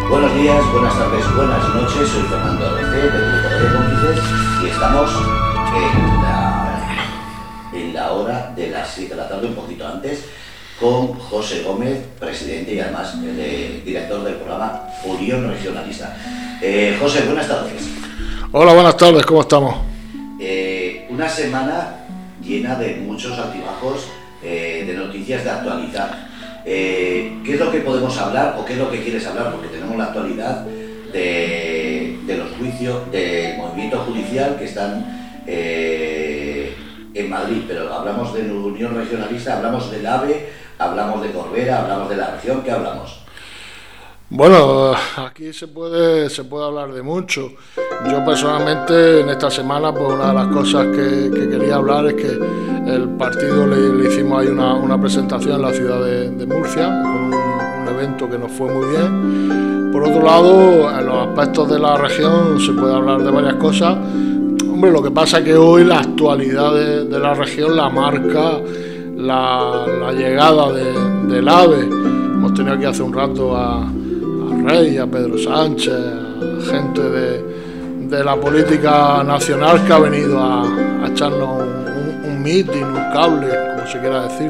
Buenos días, buenas tardes, buenas noches. Soy Fernando ABC del Grupo de Cómplices y estamos en la hora de las 7 de la tarde, un poquito antes, con José Gómez, presidente y además director del programa Unión Regionalista. José, buenas tardes. Hola, buenas tardes, ¿cómo estamos? Una semana llena de muchos altibajos, de noticias de actualidad. ¿Qué es lo que podemos hablar o qué es lo que quieres hablar? Porque tenemos la actualidad de los juicios, del movimiento judicial que están en Madrid, pero hablamos de Unión Regionalista, hablamos del AVE, hablamos de Corbera, hablamos de la región, ¿qué hablamos? Bueno, aquí se puede hablar de mucho. Yo personalmente en esta semana, pues una de las cosas que quería hablar es que el partido le hicimos ahí una presentación en la ciudad de Murcia, con un evento que nos fue muy bien. Por otro lado, en los aspectos de la región se puede hablar de varias cosas. Hombre, lo que pasa es que hoy la actualidad de la región la marca la llegada del AVE. Hemos tenido aquí hace un rato a Rey, a Pedro Sánchez, a gente de la política nacional que ha venido a echarnos un meeting, un cable, como se quiera decir.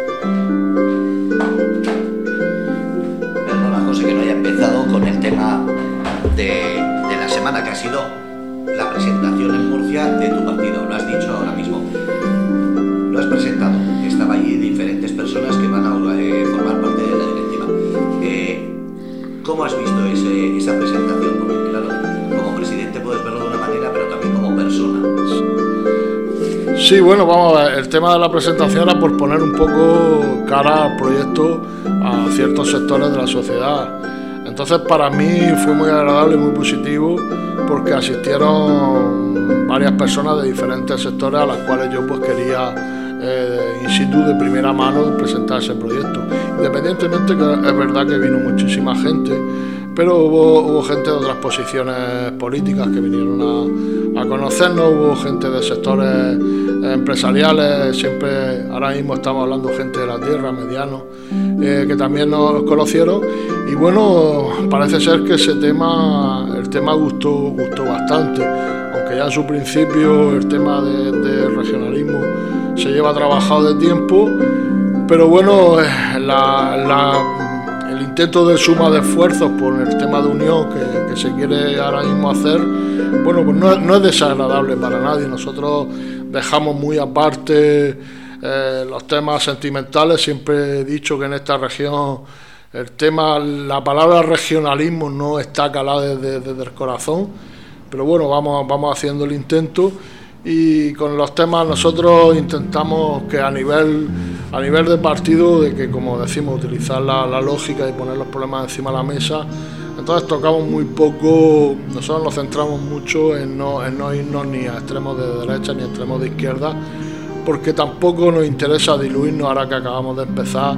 Perdona, José, que no haya empezado con el tema de la semana, que ha sido la presentación en Murcia de tu partido. Lo has dicho ahora mismo. Lo has presentado. Estaba allí diferentes personas que van a formar parte de la directiva. ¿Cómo has visto esa presentación? Porque claro, como presidente puedes verlo de una manera, pero también como persona. Sí, bueno, vamos a ver, el tema de la presentación era por poner un poco cara al proyecto a ciertos sectores de la sociedad. Entonces para mí fue muy agradable y muy positivo porque asistieron varias personas de diferentes sectores a las cuales yo pues quería in situ de primera mano presentar ese proyecto. Independientemente que es verdad que vino muchísima gente, pero hubo gente de otras posiciones políticas que vinieron a conocernos, hubo gente de sectores empresariales, siempre ahora mismo estamos hablando gente de la tierra, medianos, que también nos conocieron y bueno, parece ser que el tema gustó bastante, aunque ya en su principio el tema de regionalismo se lleva trabajado de tiempo, pero bueno, el intento de suma de esfuerzos por el tema de unión que se quiere ahora mismo hacer, bueno, pues no es desagradable para nadie. Nosotros dejamos muy aparte los temas sentimentales. Siempre he dicho que en esta región la palabra regionalismo no está calada desde el corazón, pero bueno, vamos haciendo el intento. Y con los temas nosotros intentamos que a nivel de partido, de que como decimos, utilizar la lógica y poner los problemas encima de la mesa, entonces tocamos muy poco, nosotros nos centramos mucho en no irnos ni a extremos de derecha ni a extremos de izquierda, porque tampoco nos interesa diluirnos ahora que acabamos de empezar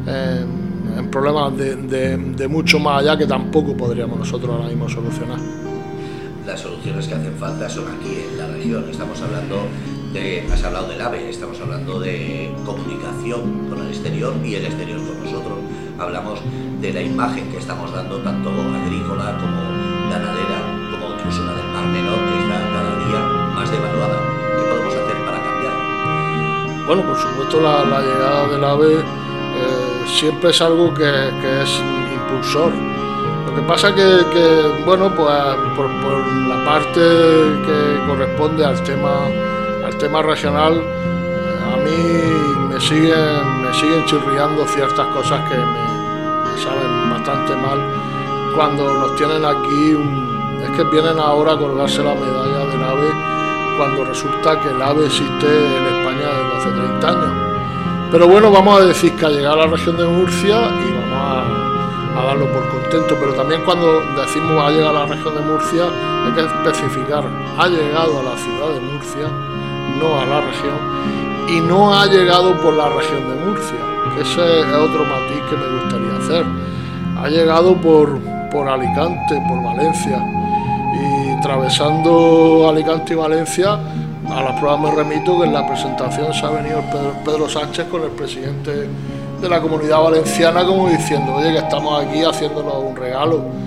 en problemas de mucho más allá que tampoco podríamos nosotros ahora mismo solucionar. Las soluciones que hacen falta son aquí en la región. Estamos hablando has hablado del AVE, estamos hablando de comunicación con el exterior y el exterior con nosotros. Hablamos de la imagen que estamos dando, tanto agrícola como ganadera, como incluso la del Mar Menor, que está cada día más devaluada. ¿Qué podemos hacer para cambiar? Bueno, por supuesto la llegada del AVE siempre es algo que es impulsor. Lo que pasa que bueno, pues por la parte que corresponde al tema regional, a mí me siguen chirriando ciertas cosas que me saben bastante mal cuando nos tienen aquí. Es que vienen ahora a colgarse la medalla del AVE cuando resulta que el AVE existe en España desde hace 30 años. Pero bueno, vamos a decir que ha llegado a la región de Murcia y vamos a darlo por contento, pero también cuando decimos ha llegado a la región de Murcia hay que especificar, ha llegado a la ciudad de Murcia, no a la región, y no ha llegado por la región de Murcia, que ese es otro matiz que me gustaría hacer. Ha llegado por Alicante, por Valencia, y atravesando Alicante y Valencia, a las pruebas me remito que en la presentación se ha venido Pedro Sánchez con el presidente de la Comunidad Valenciana como diciendo, oye, que estamos aquí haciéndonos un regalo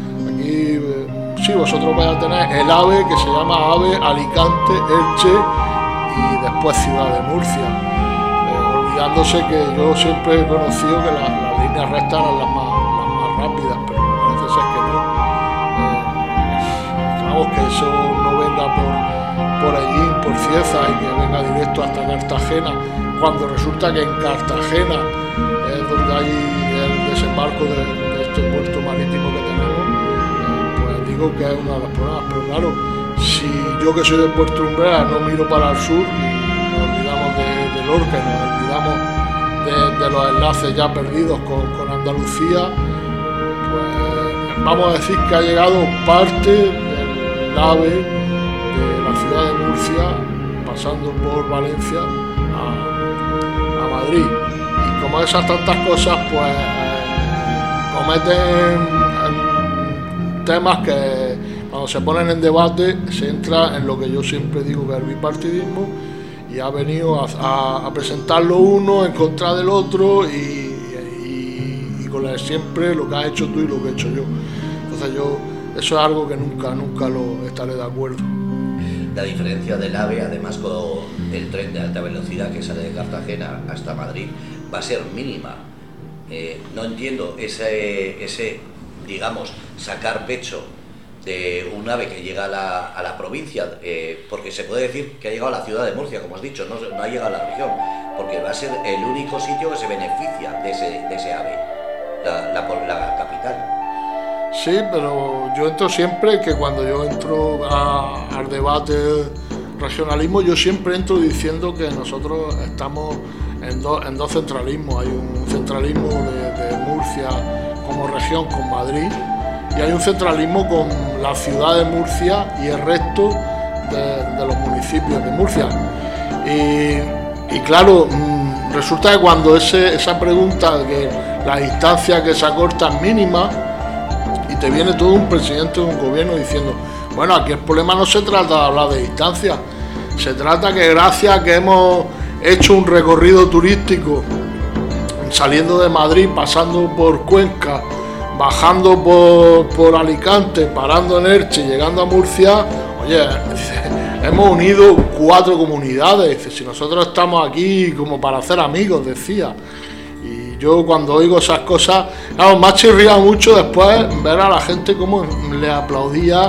aquí sí, vosotros vais a tener el AVE, que se llama AVE Alicante, Elche y después Ciudad de Murcia. Olvidándose que yo siempre he conocido que las líneas rectas eran las más rápidas, pero parece ser que no. Esperamos que eso no venga por allí, por Cieza, y que venga directo hasta Cartagena, cuando resulta que en Cartagena es donde hay el desembarco de este puerto marítimo que tenemos. Pues digo que es uno de los problemas, pero claro, si yo que soy de Puerto Lumbrera no miro para el sur y nos olvidamos de Lorca y nos olvidamos de los enlaces ya perdidos con Andalucía, pues vamos a decir que ha llegado parte del AVE de la ciudad de Murcia, pasando por Valencia a Madrid. Y como esas tantas cosas, pues cometen temas que cuando se ponen en debate se entra en lo que yo siempre digo que es el bipartidismo, y ha venido a presentarlo uno en contra del otro y con siempre lo que has hecho tú y lo que he hecho yo. Entonces eso es algo que nunca lo estaré de acuerdo. La diferencia del AVE, además con el tren de alta velocidad que sale de Cartagena hasta Madrid, va a ser mínima. No entiendo ese digamos, sacar pecho de un AVE que llega a la provincia, porque se puede decir que ha llegado a la ciudad de Murcia, como has dicho, no ha llegado a la región, porque va a ser el único sitio que se beneficia de ese AVE, la capital. Sí, pero yo entro siempre, que cuando yo entro al debate regionalismo, yo siempre entro diciendo que nosotros estamos en dos centralismos. Hay un centralismo de Murcia como región con Madrid, y hay un centralismo con la ciudad de Murcia y el resto de los municipios de Murcia. Y claro, resulta que cuando esa pregunta, que la distancia que se acorta es mínima, y te viene todo un presidente de un gobierno diciendo, bueno, aquí el problema no se trata de hablar de distancia, se trata que gracias a que hemos hecho un recorrido turístico saliendo de Madrid, pasando por Cuenca, bajando por Alicante, parando en Elche, llegando a Murcia, oye, hemos unido 4 comunidades. Dice, si nosotros estamos aquí como para hacer amigos, decía. Y yo cuando oigo esas cosas, claro, me ha chirriado mucho después ver a la gente cómo le aplaudía,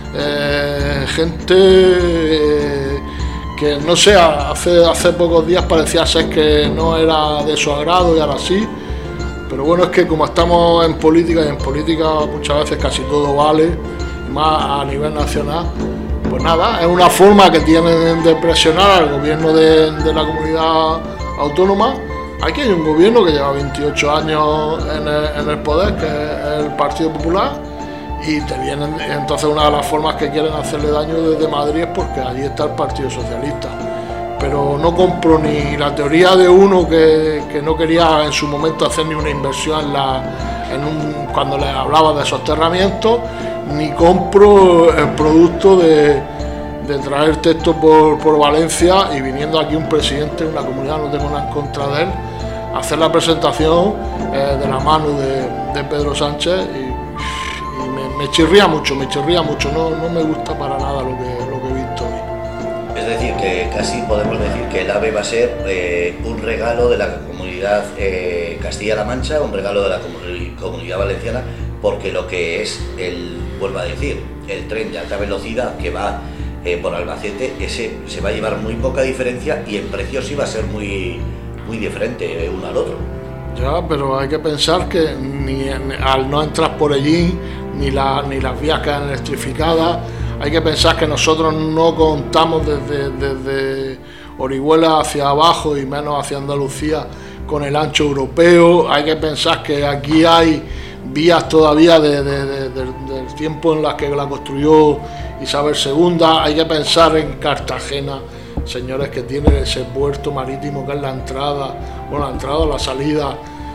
gente que no sé, hace pocos días parecía ser que no era de su agrado y ahora sí. Pero bueno, es que como estamos en política, y en política muchas veces casi todo vale, y más a nivel nacional, pues nada, es una forma que tienen de presionar al gobierno de la comunidad autónoma. Aquí hay un gobierno que lleva 28 años en el poder, que es el Partido Popular, y te vienen, entonces una de las formas que quieren hacerle daño desde Madrid es porque allí está el Partido Socialista. Pero no compro ni la teoría de uno que no quería en su momento hacer ni una inversión cuando le hablaba de soterramientos, ni compro el producto de traer texto por Valencia y viniendo aquí un presidente de una comunidad, no tengo nada en contra de él, hacer la presentación de la mano de Pedro Sánchez y me chirría mucho, no me gusta para nada lo que he visto hoy. Es decir, que casi podemos decir que el AVE va a ser un regalo de la comunidad Castilla-La Mancha, un regalo de la comunidad valenciana, porque lo que es, vuelvo a decir, el tren de alta velocidad que va por Albacete, ese se va a llevar muy poca diferencia y en precios sí va a ser muy diferente uno al otro. Ya, pero hay que pensar que al no entrar por allí, ni las vías quedan electrificadas. Hay que pensar que nosotros no contamos desde Orihuela hacia abajo y menos hacia Andalucía con el ancho europeo. Hay que pensar que aquí hay vías todavía del tiempo en las que la construyó Isabel II. Hay que pensar en Cartagena, señores, que tiene ese puerto marítimo que es la entrada o la salida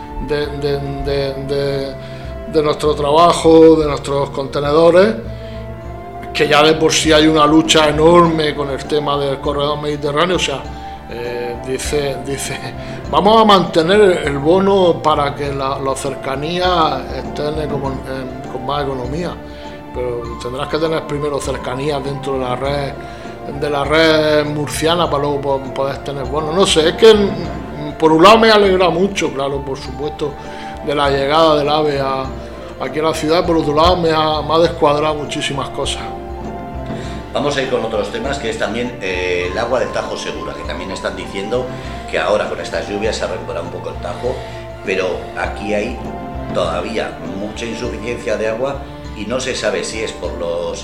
de nuestro trabajo, de nuestros contenedores, que ya de por sí hay una lucha enorme con el tema del corredor mediterráneo. O sea, dice, vamos a mantener el bono para que las cercanías estén con más economía. pero tendrás que tener primero cercanías dentro de la red murciana para luego poder tener, bueno, no sé, es que por un lado me alegra mucho, claro, por supuesto, de la llegada del AVE aquí a la ciudad, por otro lado me ha descuadrado muchísimas cosas. Vamos a ir con otros temas, que es también el agua del Tajo Segura, que también están diciendo que ahora con estas lluvias se ha recuperado un poco el Tajo, pero aquí hay todavía mucha insuficiencia de agua y no se sabe si es por los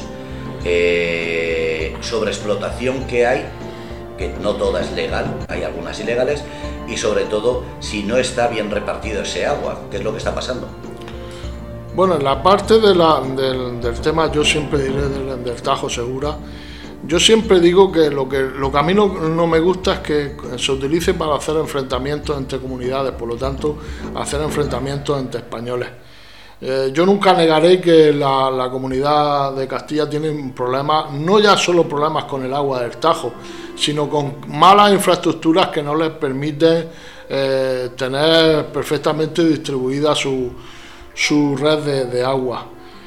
sobreexplotación que hay, que no toda es legal, hay algunas ilegales, y sobre todo si no está bien repartido ese agua, ¿qué es lo que está pasando? Bueno, en la parte del tema, yo siempre diré del Tajo Segura, yo siempre digo que lo que a mí no me gusta es que se utilice para hacer enfrentamientos entre comunidades, por lo tanto, hacer enfrentamientos entre españoles. Yo nunca negaré que la comunidad de Castilla tiene problemas, no ya solo problemas con el agua del Tajo, sino con malas infraestructuras que no les permiten tener perfectamente distribuida su red de agua.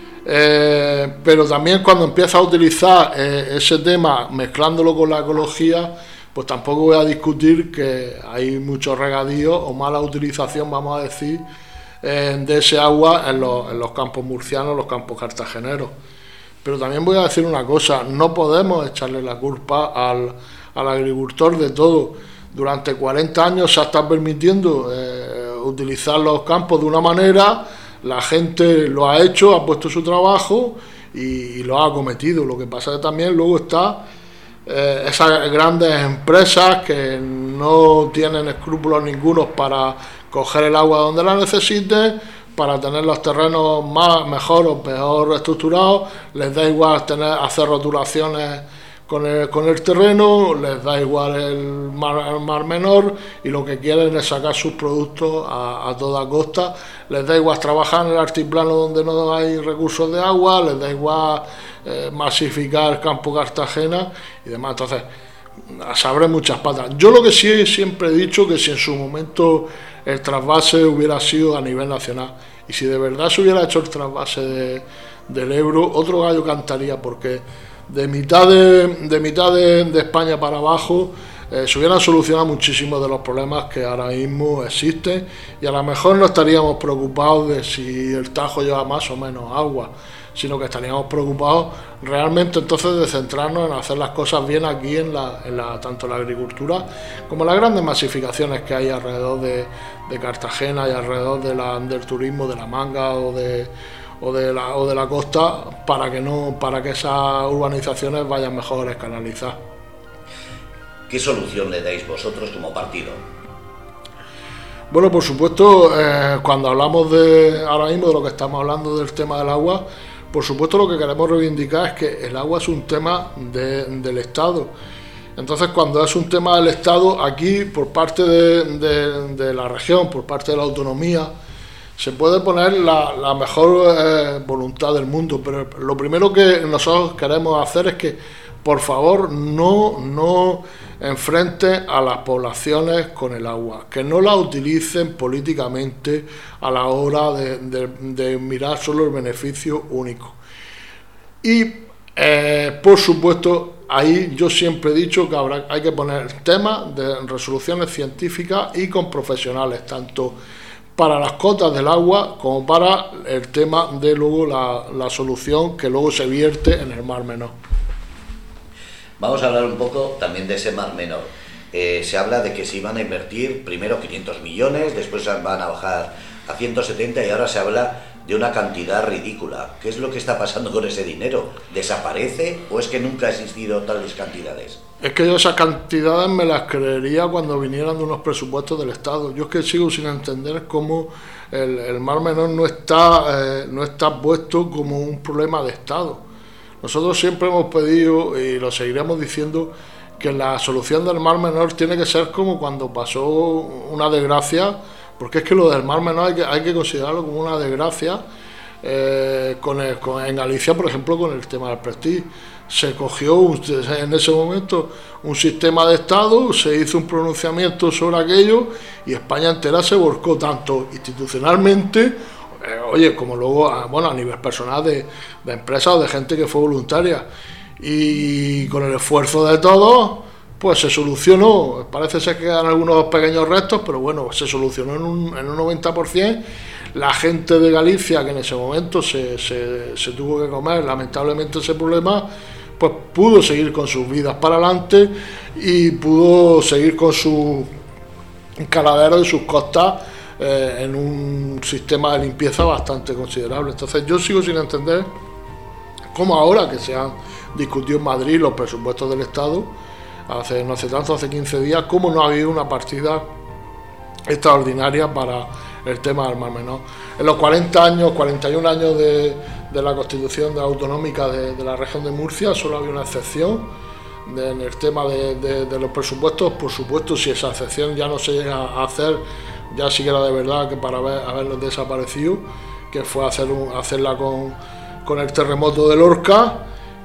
Pero también cuando empieza a utilizar ese tema mezclándolo con la ecología, pues tampoco voy a discutir que hay mucho regadío o mala utilización, vamos a decir, de ese agua en los campos murcianos, los campos cartageneros. Pero también voy a decir una cosa, no podemos echarle la culpa al agricultor de todo. Durante 40 años se ha estado permitiendo utilizar los campos de una manera, la gente lo ha hecho, ha puesto su trabajo y lo ha acometido. Lo que pasa es que también luego está esas grandes empresas que no tienen escrúpulos ningunos para coger el agua donde la necesiten, para tener los terrenos mejor o peor estructurados, les da igual hacer rotulaciones con el terreno, les da igual el mar menor y lo que quieren es sacar sus productos a toda costa, les da igual trabajar en el altiplano donde no hay recursos de agua, les da igual masificar el campo Cartagena y demás. Entonces, se abren muchas patas. Yo lo que sí siempre he dicho, que si en su momento el trasvase hubiera sido a nivel nacional y si de verdad se hubiera hecho el trasvase del Ebro, otro gallo cantaría, porque de mitad de España para abajo se hubieran solucionado muchísimos de los problemas que ahora mismo existen y a lo mejor no estaríamos preocupados de si el Tajo lleva más o menos agua, sino que estaríamos preocupados realmente entonces de centrarnos en hacer las cosas bien aquí tanto en la agricultura como en las grandes masificaciones que hay alrededor de Cartagena y alrededor del turismo de la Manga o de la costa, para que esas urbanizaciones vayan mejor canalizadas. ¿Qué solución le dais vosotros como partido? Bueno, por supuesto, cuando hablamos ahora mismo de lo que estamos hablando del tema del agua, por supuesto lo que queremos reivindicar es que el agua es un tema del Estado. Entonces, cuando es un tema del Estado, aquí por parte de la región, por parte de la autonomía, se puede poner la mejor voluntad del mundo, pero lo primero que nosotros queremos hacer es que, por favor, no enfrenten a las poblaciones con el agua, que no la utilicen políticamente a la hora de mirar solo el beneficio único. Y, por supuesto, ahí yo siempre he dicho que hay que poner temas de resoluciones científicas y con profesionales, tanto para las cotas del agua como para el tema de luego la solución que luego se vierte en el Mar Menor. Vamos a hablar un poco también de ese Mar Menor. Se habla de que se iban a invertir primero 500 millones, después van a bajar a 170 y ahora se habla de una cantidad ridícula. ¿Qué es lo que está pasando con ese dinero? ¿Desaparece o es que nunca ha existido tales cantidades? Es que yo esas cantidades me las creería cuando vinieran de unos presupuestos del Estado. Yo es que sigo sin entender cómo el Mar Menor no está puesto como un problema de Estado. Nosotros siempre hemos pedido, y lo seguiremos diciendo, que la solución del Mar Menor tiene que ser como cuando pasó una desgracia, porque es que lo del Mar Menor hay que considerarlo como una desgracia. En Galicia, por ejemplo, con el tema del Prestige, se cogió en ese momento un sistema de Estado, se hizo un pronunciamiento sobre aquello y España entera se volcó tanto institucionalmente oye, como luego, bueno, a nivel personal de empresas o de gente que fue voluntaria. Y con el esfuerzo de todos, pues se solucionó. Parece ser que quedan algunos pequeños restos, pero bueno, se solucionó en un 90%. La gente de Galicia, que en ese momento se tuvo que comer lamentablemente ese problema, pues pudo seguir con sus vidas para adelante y pudo seguir con sus caladeros y sus costas en un sistema de limpieza bastante considerable. Entonces yo sigo sin entender cómo ahora que se han discutido en Madrid los presupuestos del Estado, no hace tanto, hace 15 días, cómo no ha habido una partida extraordinaria para el tema del Mar Menor. En los 41 años de la Constitución Autonómica de la región de Murcia solo había una excepción en el tema de los presupuestos. Por supuesto, si esa excepción ya no se llega a hacer, ya sí que era de verdad que para haberlos desaparecido, que fue hacerla con el terremoto de Lorca.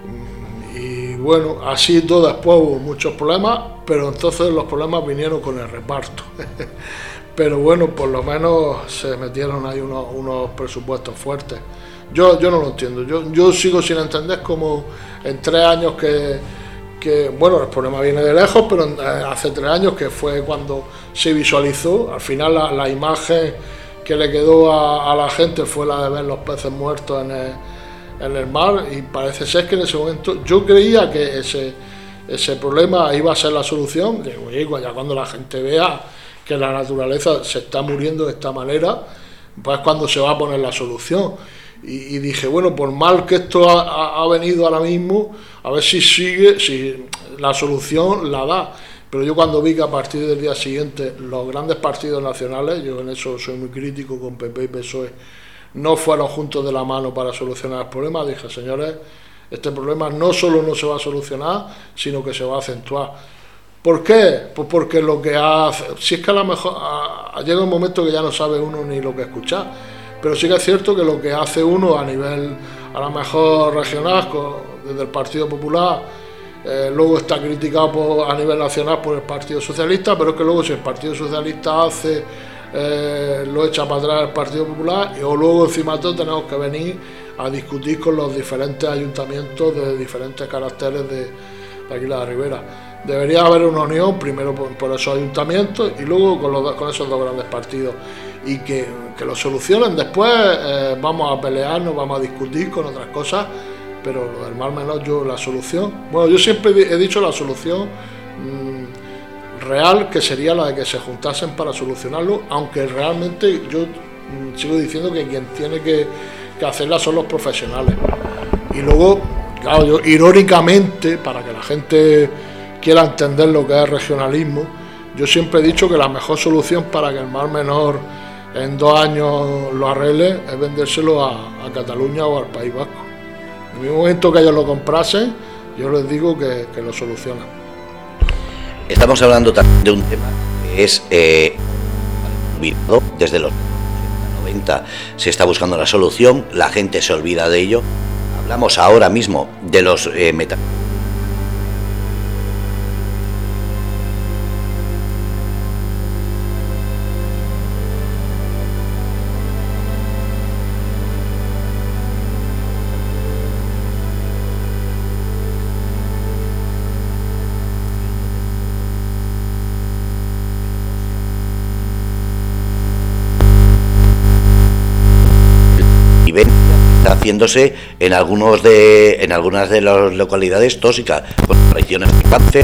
Y bueno, así todo después hubo muchos problemas, pero entonces los problemas vinieron con el reparto. Pero bueno, por lo menos se metieron ahí unos presupuestos fuertes. Yo no lo entiendo, yo sigo sin entender cómo en 3 años que bueno, el problema viene de lejos, pero hace 3 años que fue cuando se visualizó, al final la imagen que le quedó a la gente fue la de ver los peces muertos en el mar, y parece ser que en ese momento yo creía que ese problema iba a ser la solución. Digo, ya cuando la gente vea que la naturaleza se está muriendo de esta manera, pues es cuando se va a poner la solución. Y dije, bueno, por mal que esto ha venido ahora mismo, a ver si sigue, si la solución la da. Pero yo cuando vi que a partir del día siguiente los grandes partidos nacionales, yo en eso soy muy crítico con PP y PSOE, no fueron juntos de la mano para solucionar el problema, dije, señores, este problema no solo no se va a solucionar, sino que se va a acentuar. ¿Por qué? Pues porque lo que hace, si es que a lo mejor llega un momento que ya no sabe uno ni lo que escuchar, pero sí que es cierto que lo que hace uno a nivel, a lo mejor regional, desde el Partido Popular, luego está criticado a nivel nacional por el Partido Socialista, pero es que luego si el Partido Socialista hace, lo echa para atrás el Partido Popular, o luego encima de todo tenemos que venir a discutir con los diferentes ayuntamientos de diferentes caracteres de aquí la Ribera. Debería haber una unión primero por esos ayuntamientos y luego con esos dos grandes partidos, y que lo solucionen después. Vamos a pelearnos, vamos a discutir con otras cosas, pero lo del Mar Menor, la solución, bueno, yo siempre he dicho la solución real, que sería la de que se juntasen para solucionarlo, aunque realmente yo sigo diciendo que quien tiene que hacerla son los profesionales. Y luego, claro, yo irónicamente, para que la gente quiera entender lo que es regionalismo, yo siempre he dicho que la mejor solución para que el Mar Menor en 2 años lo arregle es vendérselo a Cataluña o al País Vasco. En el momento que ellos lo comprasen, yo les digo que lo solucionan. Estamos hablando también de un tema que es desde los 90 se está buscando la solución, la gente se olvida de ello. Hablamos ahora mismo de los está haciéndose en algunas de las localidades tóxicas, con apariciones de cáncer.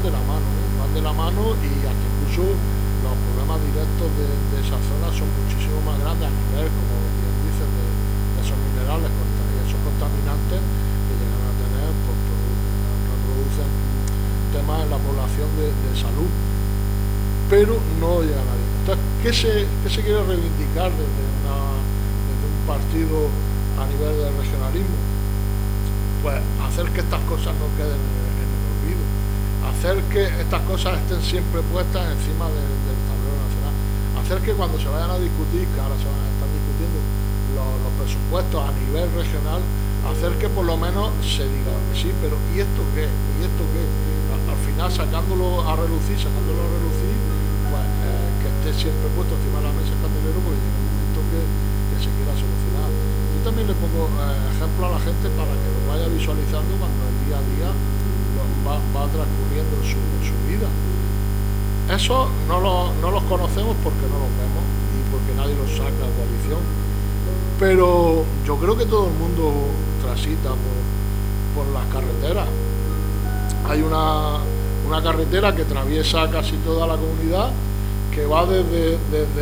van de la mano, van de la mano, y hasta incluso los problemas directos de esa zona son muchísimo más grandes a nivel, como bien dicen, de esos minerales, esos contaminantes que llegan a tener, pues reproducen temas en la población de salud, pero no llega a nadie. Entonces, ¿qué se quiere reivindicar desde un partido a nivel del regionalismo? Pues hacer que estas cosas no queden en el olvido, hacer que estas cosas estén siempre puestas encima del tablero nacional, hacer que cuando se vayan a discutir, que ahora se van a estar discutiendo los presupuestos a nivel regional, hacer que por lo menos se diga que sí, pero ¿y esto qué? ¿Y esto qué? Al final sacándolo a relucir, pues que esté siempre puesto encima de la mesa el candelero, porque llega un momento que se quiera solucionar. Yo también le pongo ejemplo a la gente para que lo vaya visualizando cuando el día a día va transcurriendo en su vida. Eso no los conocemos porque no los vemos y porque nadie los saca a coalición, pero yo creo que todo el mundo transita por las carreteras. Hay una carretera que atraviesa casi toda la comunidad, que va desde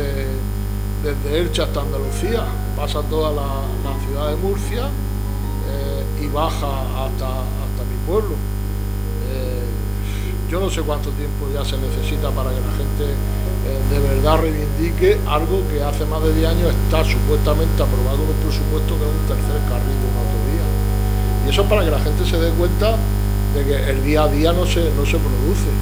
Elche hasta Andalucía, pasa toda la ciudad de Murcia y baja hasta mi pueblo. Yo no sé cuánto tiempo ya se necesita para que la gente de verdad reivindique algo que hace más de 10 años está supuestamente aprobado en un presupuesto, que es un tercer carril de una autovía. Y eso para que la gente se dé cuenta de que el día a día no se produce.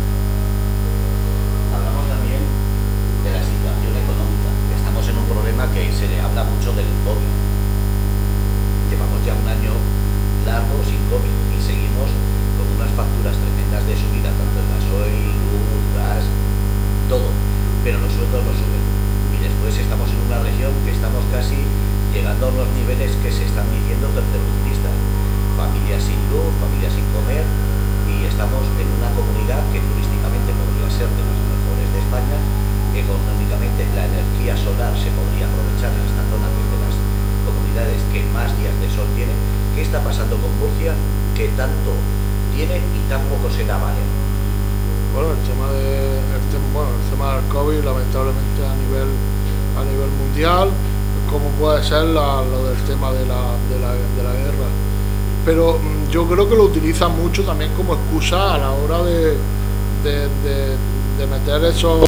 Hablamos también de la situación económica. Estamos en un problema que se le habla mucho del COVID. Llevamos ya un año largo sin COVID y seguimos con unas facturas tremendas de subida, tanto el gasoil, luz, gas, todo, pero los sueldos no suben. Y después estamos en una región que estamos casi llegando a los niveles que se están diciendo tercermundistas. Familias sin luz, familias sin comer, y estamos en una comunidad que turísticamente podría ser de las mejores de España. Económicamente la energía solar se podría aprovechar en esta zona, que es de las comunidades que más días de sol tiene. ¿Qué está pasando con Murcia, que tanto tiene y tan poco se da, vale? Bueno, el tema del COVID, lamentablemente a nivel mundial, como puede ser lo del tema de la guerra. Pero yo creo que lo utilizan mucho también como excusa a la hora de meter esos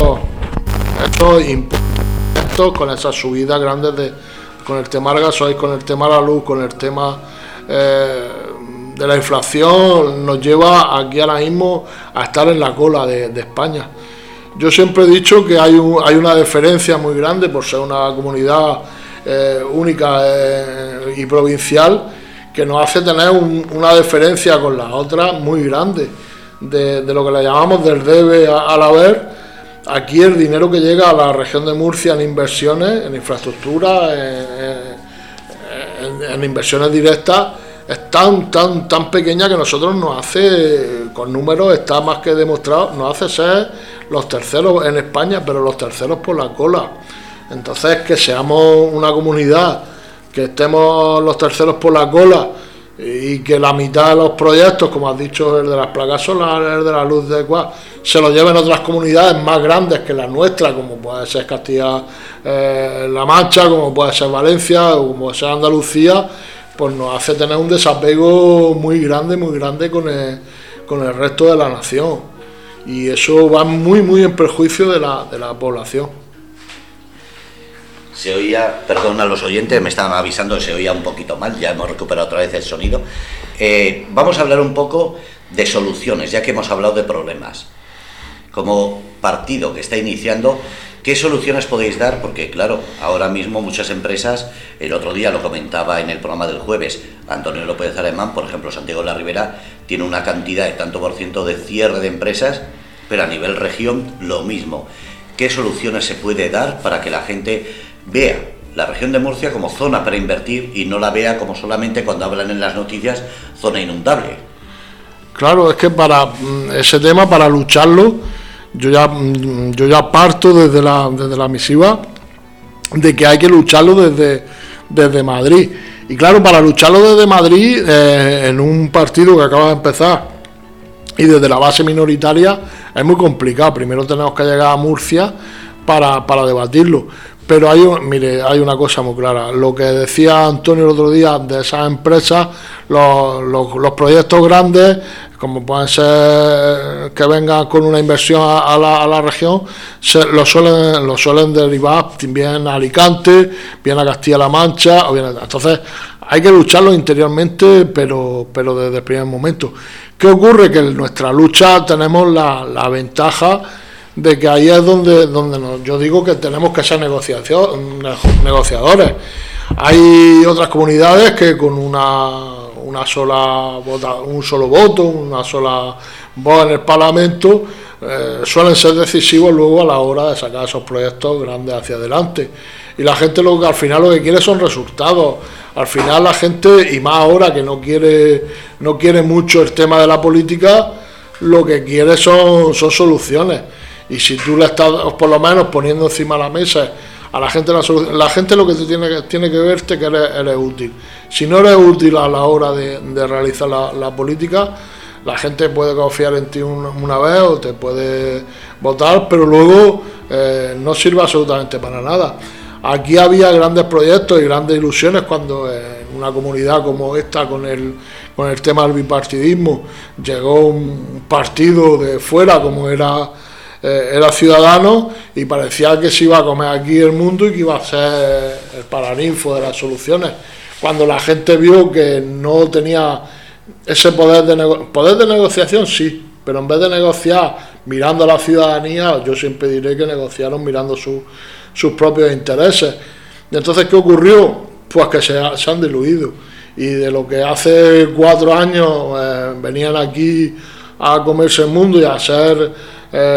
impuestos, con esas subidas grandes con el tema del gasoil, con el tema de la luz, con el tema de la inflación. Nos lleva aquí ahora mismo a estar en la cola de España. Yo siempre he dicho que hay una diferencia muy grande por ser una comunidad única y provincial, que nos hace tener una diferencia con las otras muy grande, de lo que le llamamos del debe al haber. Aquí el dinero que llega a la región de Murcia en inversiones, en infraestructura, en inversiones directas, es tan pequeña que nosotros nos hace, con números está más que demostrado, nos hace ser los terceros en España, pero los terceros por la cola. Entonces, que seamos una comunidad, que estemos los terceros por la cola, y que la mitad de los proyectos, como has dicho, el de las placas solares, el de la luz de Cuá, se lo lleven otras comunidades más grandes que las nuestras, como puede ser Castilla-La Mancha, como puede ser Valencia, o como puede ser Andalucía, pues nos hace tener un desapego muy grande con el resto de la nación, y eso va muy en perjuicio de la población. Se oía, perdón a los oyentes, me estaban avisando que se oía un poquito mal, ya hemos recuperado otra vez el sonido. Vamos a hablar un poco de soluciones, ya que hemos hablado de problemas. Como partido que está iniciando, ¿qué soluciones podéis dar? Porque claro, ahora mismo muchas empresas, el otro día lo comentaba en el programa del jueves, Antonio López Alemán, por ejemplo, Santiago de la Ribera, tiene una cantidad de tanto por ciento de cierre de empresas, pero a nivel región lo mismo. ¿Qué soluciones se puede dar para que la gente vea la región de Murcia como zona para invertir y no la vea como solamente, cuando hablan en las noticias, zona inundable? Claro, es que para ese tema, para lucharlo, yo ya parto desde la misiva de que hay que lucharlo desde Madrid. Y claro, para lucharlo desde Madrid, en un partido que acaba de empezar, y desde la base minoritaria es muy complicado. Primero tenemos que llegar a Murcia para debatirlo. Pero hay una cosa muy clara. Lo que decía Antonio el otro día de esas empresas, los proyectos grandes, como pueden ser que vengan con una inversión a la región, lo suelen derivar bien a Alicante, bien a Castilla-La Mancha, entonces hay que lucharlo interiormente, pero desde el primer momento. ¿Qué ocurre? Que en nuestra lucha tenemos la ventaja de que ahí es donde yo digo que tenemos que ser negociadores. Hay otras comunidades que con un solo voto, una sola voz en el Parlamento, suelen ser decisivos luego a la hora de sacar esos proyectos grandes hacia adelante. Y la gente al final lo que quiere son resultados. Al final la gente, y más ahora que no quiere mucho el tema de la política, lo que quiere son soluciones. Y si tú le estás por lo menos poniendo encima de la mesa a la gente la gente lo que te tiene que verte que eres útil. Si no eres útil a la hora de realizar la política, la gente puede confiar en ti una vez o te puede votar, pero luego no sirve absolutamente para nada. Aquí había grandes proyectos y grandes ilusiones cuando en una comunidad como esta, con el tema del bipartidismo, llegó un partido de fuera como era Ciudadanos, y parecía que se iba a comer aquí el mundo y que iba a ser el paraninfo de las soluciones, cuando la gente vio que no tenía ese poder de negociación, sí, pero en vez de negociar mirando a la ciudadanía, yo siempre diré que negociaron mirando sus propios intereses. Y entonces, ¿qué ocurrió? Pues que se han diluido, y de lo que hace 4 años venían aquí a comerse el mundo y a ser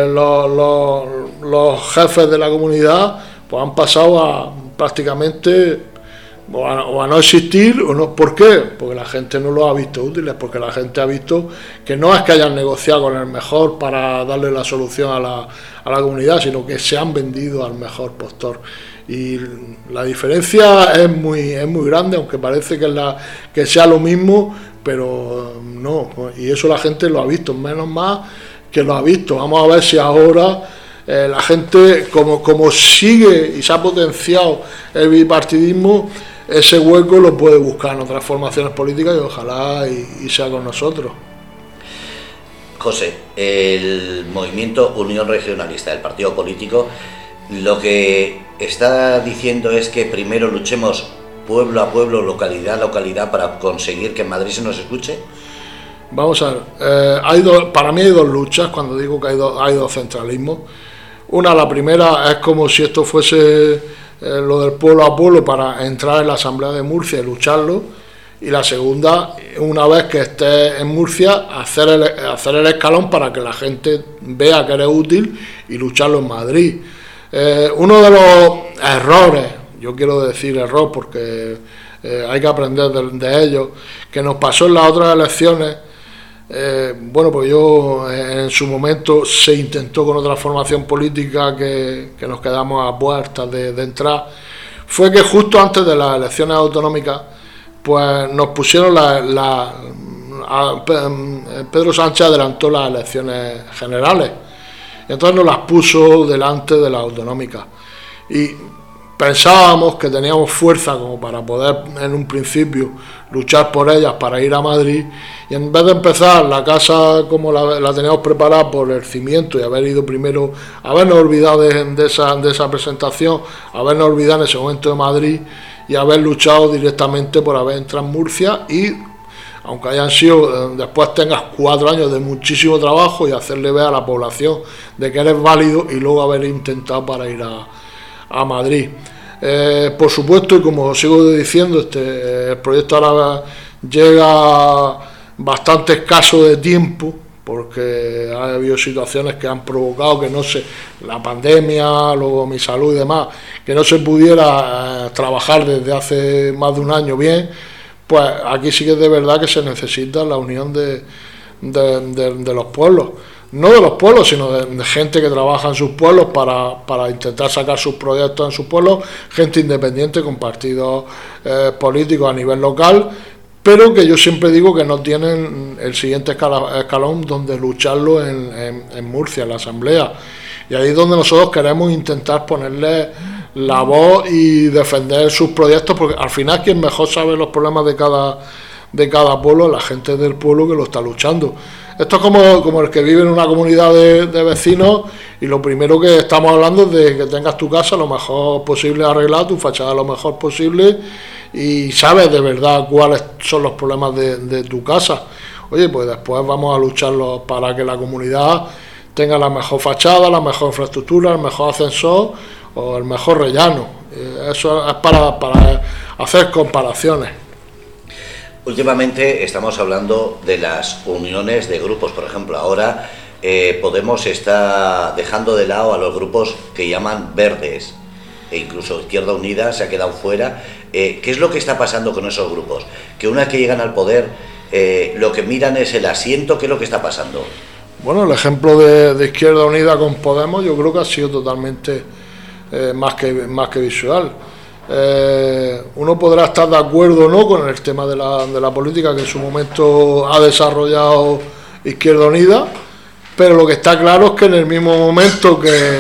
los jefes de la comunidad, pues han pasado a prácticamente o a no existir, o no. ¿Por qué? Porque la gente no los ha visto útiles, porque la gente ha visto que no es que hayan negociado con el mejor para darle la solución a la comunidad, sino que se han vendido al mejor postor. Y la diferencia es muy grande, aunque parece que sea lo mismo, pero no, y eso la gente lo ha visto, menos más que lo ha visto. Vamos a ver si ahora la gente, como sigue y se ha potenciado el bipartidismo, ese hueco lo puede buscar en otras formaciones políticas, y ojalá y sea con nosotros. José, el movimiento Unión Regionalista, el partido político, lo que está diciendo es que primero luchemos pueblo a pueblo, localidad a localidad, para conseguir que en Madrid se nos escuche. Vamos a ver, para mí hay dos luchas cuando digo que hay dos centralismos. La primera es como si esto fuese lo del pueblo a pueblo para entrar en la Asamblea de Murcia y lucharlo, y la segunda, una vez que estés en Murcia, hacer el escalón para que la gente vea que eres útil y lucharlo en Madrid. Uno de los errores, yo quiero decir error porque hay que aprender de ellos, que nos pasó en las otras elecciones. Pues yo en su momento se intentó con otra formación política que nos quedamos a puertas de entrar, fue que justo antes de las elecciones autonómicas pues nos pusieron Pedro Sánchez adelantó las elecciones generales, y entonces nos las puso delante de las autonómicas, y pensábamos que teníamos fuerza como para poder en un principio luchar por ellas para ir a Madrid, y en vez de empezar la casa como la teníamos preparada por el cimiento y haber ido primero, habernos olvidado de esa presentación, habernos olvidado en ese momento de Madrid y haber luchado directamente por haber entrado en Murcia, y aunque hayan sido, después tengas 4 años de muchísimo trabajo y hacerle ver a la población de que eres válido, y luego haber intentado para ir a Madrid. Por supuesto, y como sigo diciendo, el proyecto ahora llega bastante escaso de tiempo, porque ha habido situaciones que han provocado que la pandemia, luego mi salud y demás, que no se pudiera trabajar desde hace más de un año bien. Pues aquí sí que es de verdad que se necesita la unión de los pueblos. No de los pueblos, sino de gente que trabaja en sus pueblos para intentar sacar sus proyectos en sus pueblos, gente independiente con partidos políticos a nivel local, pero que yo siempre digo que no tienen el siguiente escalón donde lucharlo en Murcia, en la Asamblea. Y ahí es donde nosotros queremos intentar ponerle la voz y defender sus proyectos, porque al final quien mejor sabe los problemas de cada pueblo es la gente del pueblo que lo está luchando. Esto es como el que vive en una comunidad de vecinos y lo primero que estamos hablando es de que tengas tu casa lo mejor posible arreglada, tu fachada lo mejor posible y sabes de verdad cuáles son los problemas de tu casa. Oye, pues después vamos a lucharlo para que la comunidad tenga la mejor fachada, la mejor infraestructura, el mejor ascensor o el mejor rellano. Eso es para hacer comparaciones. Últimamente estamos hablando de las uniones de grupos, por ejemplo, ahora Podemos está dejando de lado a los grupos que llaman verdes, e incluso Izquierda Unida se ha quedado fuera. ¿Qué es lo que está pasando con esos grupos? Que una vez que llegan al poder, lo que miran es el asiento. ¿Qué es lo que está pasando? Bueno, el ejemplo de Izquierda Unida con Podemos yo creo que ha sido totalmente más que visual. Uno podrá estar de acuerdo o no con el tema de la política que en su momento ha desarrollado Izquierda Unida, pero lo que está claro es que en el mismo momento que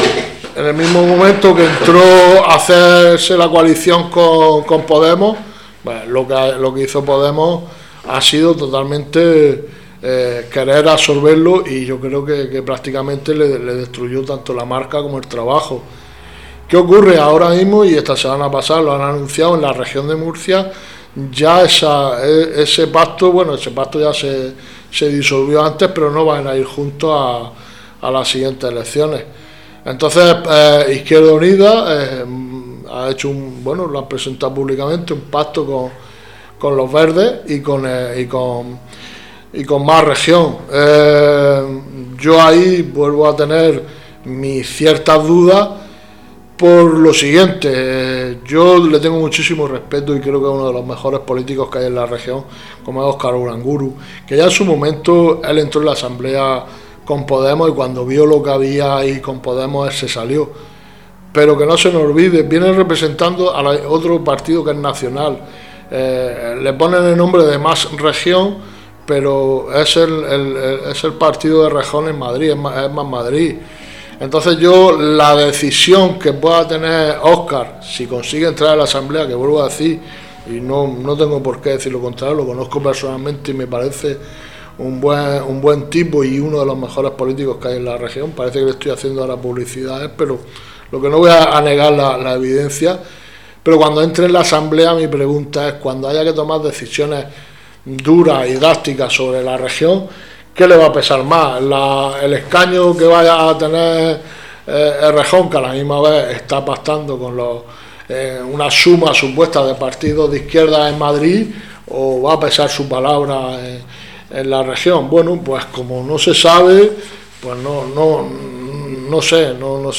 entró a hacerse la coalición con Podemos, bueno, lo que hizo Podemos ha sido totalmente querer absorberlo, y yo creo que prácticamente le destruyó tanto la marca como el trabajo. ¿Qué ocurre ahora mismo? Y esta semana pasada lo han anunciado en la región de Murcia, ya ese pacto ya se disolvió antes, pero no van a ir juntos a las siguientes elecciones. Entonces Izquierda Unida ha hecho lo han presentado públicamente un pacto con los verdes y con Más Región. Yo ahí vuelvo a tener mis ciertas dudas por lo siguiente. Yo le tengo muchísimo respeto y creo que es uno de los mejores políticos que hay en la región, como es Óscar Uranguru, que ya en su momento él entró en la asamblea con Podemos y cuando vio lo que había ahí con Podemos él se salió, pero que no se nos olvide, viene representando a otro partido que es nacional. Le ponen el nombre de Más Región, pero es el partido de Rejón en Madrid, es Más Madrid. Entonces la decisión que pueda tener Óscar, si consigue entrar a la asamblea, que vuelvo a decir, y no tengo por qué decir lo contrario, lo conozco personalmente y me parece un buen tipo y uno de los mejores políticos que hay en la región. Parece que le estoy haciendo ahora publicidad, pero lo que no voy a negar la evidencia. Pero cuando entre en la asamblea, mi pregunta es, cuando haya que tomar decisiones duras y drásticas sobre la región, ¿qué le va a pesar más? ¿El escaño que vaya a tener Errejón, que a la misma vez está pactando con una suma supuesta de partidos de izquierda en Madrid, o va a pesar su palabra en la región? Bueno, pues como no se sabe, pues no sé.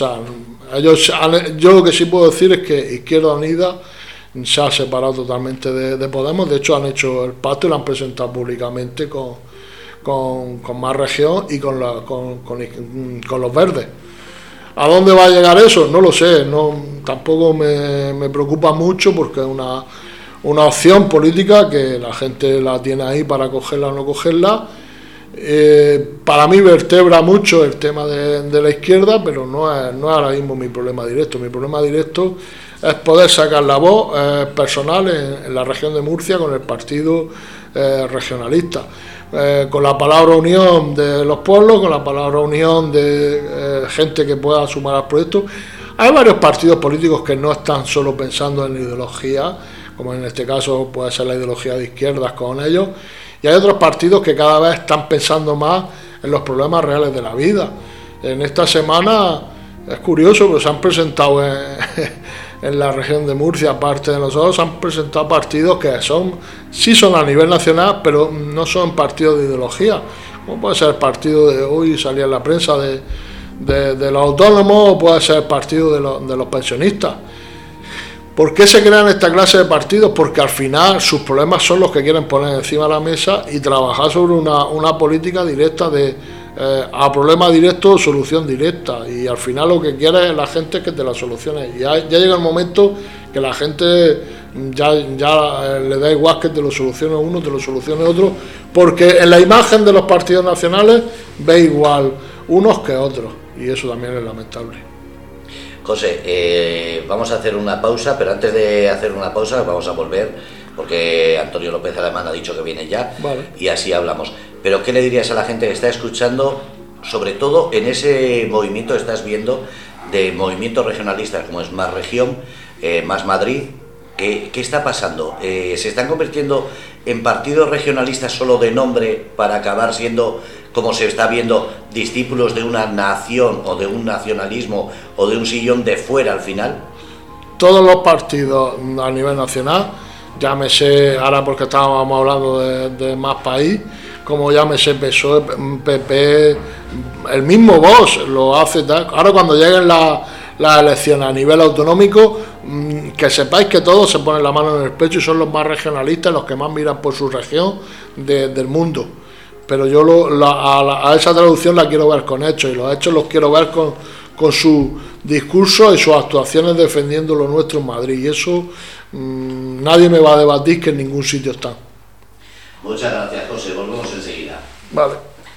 Yo lo que sí puedo decir es que Izquierda Unida se ha separado totalmente de Podemos. De hecho, han hecho el pacto y lo han presentado públicamente con Más Región y con los verdes. ¿A dónde va a llegar eso? No lo sé, tampoco me preocupa mucho, porque es una opción política que la gente la tiene ahí para cogerla o no cogerla. Para mí vertebra mucho el tema de la izquierda, pero no es ahora mismo mi problema directo. Mi problema directo es poder sacar la voz personal en la región de Murcia con el partido regionalista. Con la palabra unión de los pueblos, con la palabra unión de gente que pueda sumar al proyecto. Hay varios partidos políticos que no están solo pensando en la ideología, como en este caso puede ser la ideología de izquierdas con ellos, y hay otros partidos que cada vez están pensando más en los problemas reales de la vida. En esta semana es curioso, pero se han presentado en la región de Murcia, aparte de nosotros, se han presentado partidos que sí son a nivel nacional, pero no son partidos de ideología, como puede ser el partido de hoy, salía en la prensa de los autónomos, o puede ser el partido de los pensionistas. ¿Por qué se crean esta clase de partidos? Porque al final sus problemas son los que quieren poner encima de la mesa y trabajar sobre una política directa a problema directo, solución directa, y al final lo que quiere la gente es que te la solucione. Y ya llega el momento que la gente ya le da igual que te lo solucione uno, te lo solucione otro, porque en la imagen de los partidos nacionales ve igual unos que otros, y eso también es lamentable. José, vamos a hacer una pausa, pero antes de hacer una pausa vamos a volver, porque Antonio López Alemán ha dicho que viene ya, vale. Y así hablamos. Pero ¿qué le dirías a la gente que está escuchando, sobre todo en ese movimiento que estás viendo de movimientos regionalistas como es Más Región, Más Madrid? ¿Qué está pasando? ¿Se están convirtiendo en partidos regionalistas solo de nombre para acabar siendo, como se está viendo, discípulos de una nación o de un nacionalismo o de un sillón de fuera al final? Todos los partidos a nivel nacional, llámese, ahora porque estábamos hablando de Más País, como llámese PSOE, PP, el mismo Vox lo hace. Ahora cuando lleguen las elecciones a nivel autonómico, que sepáis que todos se ponen la mano en el pecho y son los más regionalistas, los que más miran por su región del mundo. Pero yo a esa traducción la quiero ver con hechos, y los hechos los quiero ver con su discurso y sus actuaciones defendiendo lo nuestro en Madrid, y eso nadie me va a debatir que en ningún sitio está. Muchas gracias, José, volvemos enseguida. Vale.